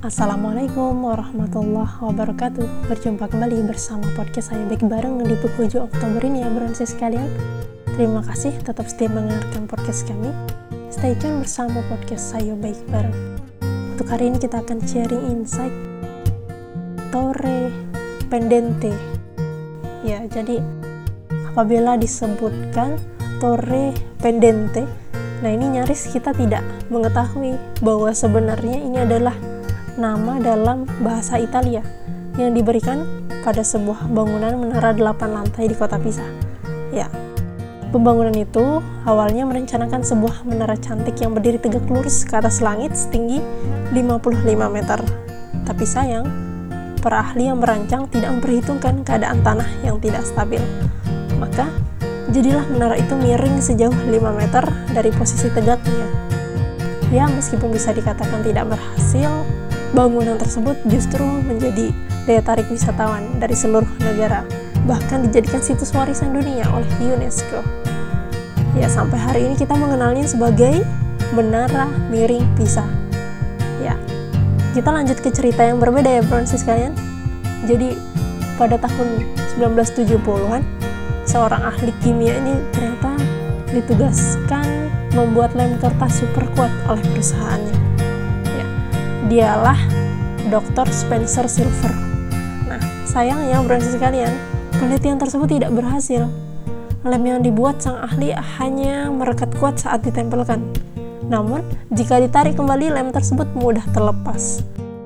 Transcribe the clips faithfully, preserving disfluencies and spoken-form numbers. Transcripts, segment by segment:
Assalamualaikum warahmatullahi wabarakatuh. Berjumpa kembali bersama podcast saya Baik Bareng di penghujung Oktober ini ya bro-sis sekalian. Terima kasih tetap setia mendengarkan podcast kami. Stay tune bersama podcast saya Baik Bareng. Untuk hari ini kita akan sharing insight Torre Pendente. Ya, jadi apabila disebutkan Torre Pendente, nah ini nyaris kita tidak mengetahui bahwa sebenarnya ini adalah nama dalam bahasa Italia yang diberikan pada sebuah bangunan menara delapan lantai di kota Pisa. Ya, pembangunan itu awalnya merencanakan sebuah menara cantik yang berdiri tegak lurus ke atas langit setinggi lima puluh lima meter. Tapi sayang, para ahli yang merancang tidak memperhitungkan keadaan tanah yang tidak stabil. Maka, jadilah menara itu miring sejauh lima meter dari posisi tegaknya. Ya, meskipun bisa dikatakan tidak berhasil, bangunan tersebut justru menjadi daya tarik wisatawan dari seluruh negara, bahkan dijadikan situs warisan dunia oleh UNESCO. Ya, sampai hari ini kita mengenalnya sebagai Menara Miring Pisa. Ya, kita lanjut ke cerita yang berbeda ya bro-sis sekalian. Jadi, pada tahun sembilan belas tujuh puluhan, seorang ahli kimia ini ternyata ditugaskan membuat lem kertas super kuat oleh perusahaannya. Dialah doktor Spencer Silver. Nah, sayangnya bro-sis sekalian, penelitian tersebut tidak berhasil. Lem yang dibuat sang ahli hanya merekat kuat saat ditempelkan. Namun, jika ditarik kembali, lem tersebut mudah terlepas.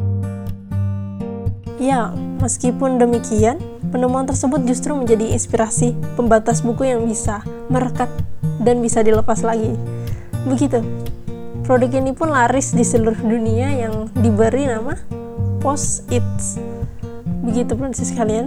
Ya, meskipun demikian, penemuan tersebut justru menjadi inspirasi pembatas buku yang bisa merekat dan bisa dilepas lagi. Begitu. Produk ini pun laris di seluruh dunia yang diberi nama Post-its. Begitu bro-sis sekalian.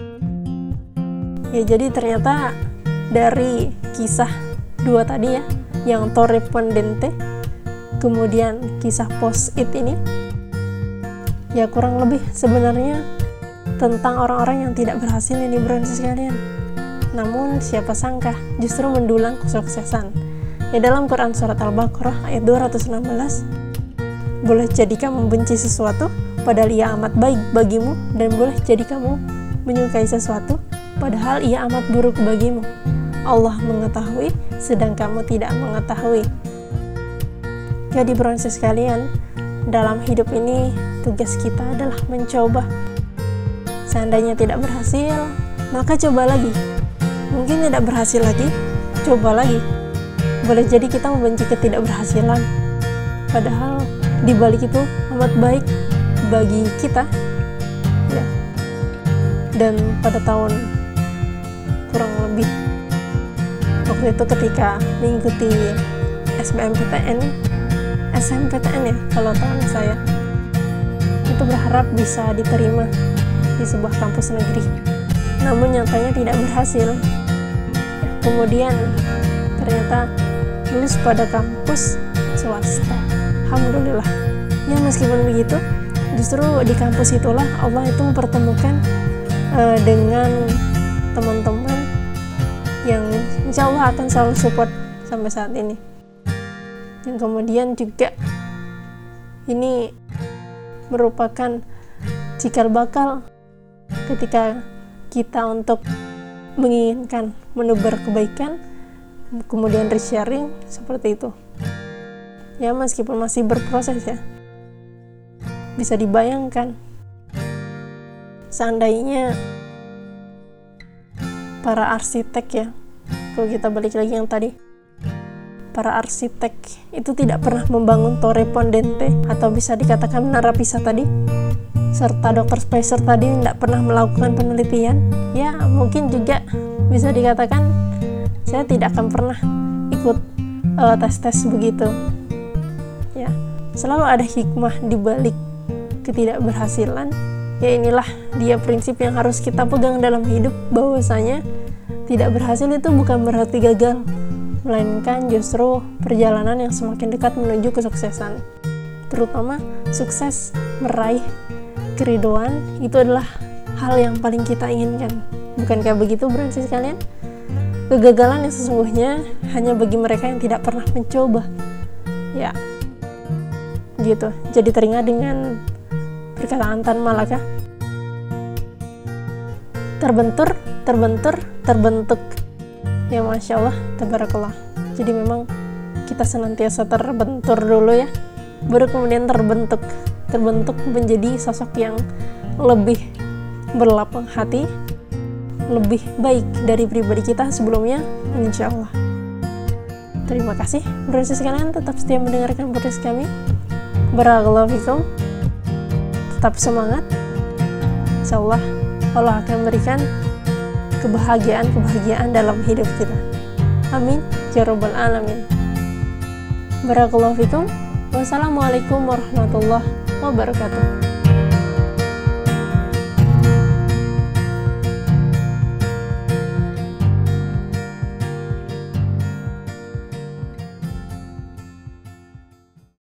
Ya, jadi ternyata dari kisah dua tadi ya, yang Torre Pendente, kemudian kisah Post-it ini, ya kurang lebih sebenarnya tentang orang-orang yang tidak berhasil ini bro-sis sekalian. Namun siapa sangka justru mendulang kesuksesan. Ya, dalam Quran Surat Al-Baqarah ayat dua ratus enam belas, boleh jadi kamu membenci sesuatu padahal ia amat baik bagimu, dan boleh jadi kamu menyukai sesuatu padahal ia amat buruk bagimu. Allah mengetahui sedang kamu tidak mengetahui. Jadi bro-sis sekalian, dalam hidup ini tugas kita adalah mencoba. Seandainya tidak berhasil, maka coba lagi. Mungkin tidak berhasil lagi, coba lagi. Boleh jadi kita membenci ketidakberhasilan, padahal di balik itu amat baik bagi kita. Ya. Dan pada tahun kurang lebih waktu itu ketika mengikuti S B M P T N, S M P T N ya kalau tahun saya, itu berharap bisa diterima di sebuah kampus negeri. Namun nyatanya tidak berhasil. Ya, kemudian ternyata lulus pada kampus swasta. Alhamdulillah. Ya, meskipun begitu, justru di kampus itulah Allah itu mempertemukan uh, dengan teman-teman yang insya Allah akan selalu support sampai saat ini. Dan kemudian juga ini merupakan cikal bakal ketika kita untuk menginginkan menebar kebaikan, kemudian resharing seperti itu. Ya, meskipun masih berproses ya, bisa dibayangkan seandainya para arsitek ya, kalau kita balik lagi yang tadi, para arsitek itu tidak pernah membangun Torre Pendente atau bisa dikatakan Menara Pisa tadi, serta dokter Spencer tadi tidak pernah melakukan penelitian, ya mungkin juga bisa dikatakan saya tidak akan pernah ikut uh, tes-tes begitu. Ya, selalu ada hikmah di balik ketidakberhasilan. Ya, inilah dia prinsip yang harus kita pegang dalam hidup, bahwasanya tidak berhasil itu bukan berarti gagal, melainkan justru perjalanan yang semakin dekat menuju kesuksesan. Terutama sukses meraih keridhaan itu adalah hal yang paling kita inginkan. Bukankah begitu bro-sis sekalian? Kegagalan yang sesungguhnya hanya bagi mereka yang tidak pernah mencoba. Ya, gitu. Jadi teringat dengan perkataan Tan Malaka. Terbentur, terbentur, terbentuk. Ya Masya Allah, tabarakallah. Jadi memang kita senantiasa terbentur dulu ya, baru kemudian terbentuk. Terbentuk menjadi sosok yang lebih berlapang hati, lebih baik dari pribadi kita sebelumnya, insya Allah. Terima kasih bro sekalian, tetap setia mendengarkan podcast kami. Barakallahu fikum. Tetap semangat. Insya Allah Allah akan memberikan kebahagiaan-kebahagiaan dalam hidup kita. Amin ya rabbal alamin. Barakallahu fikum. Wassalamualaikum warahmatullahi wabarakatuh.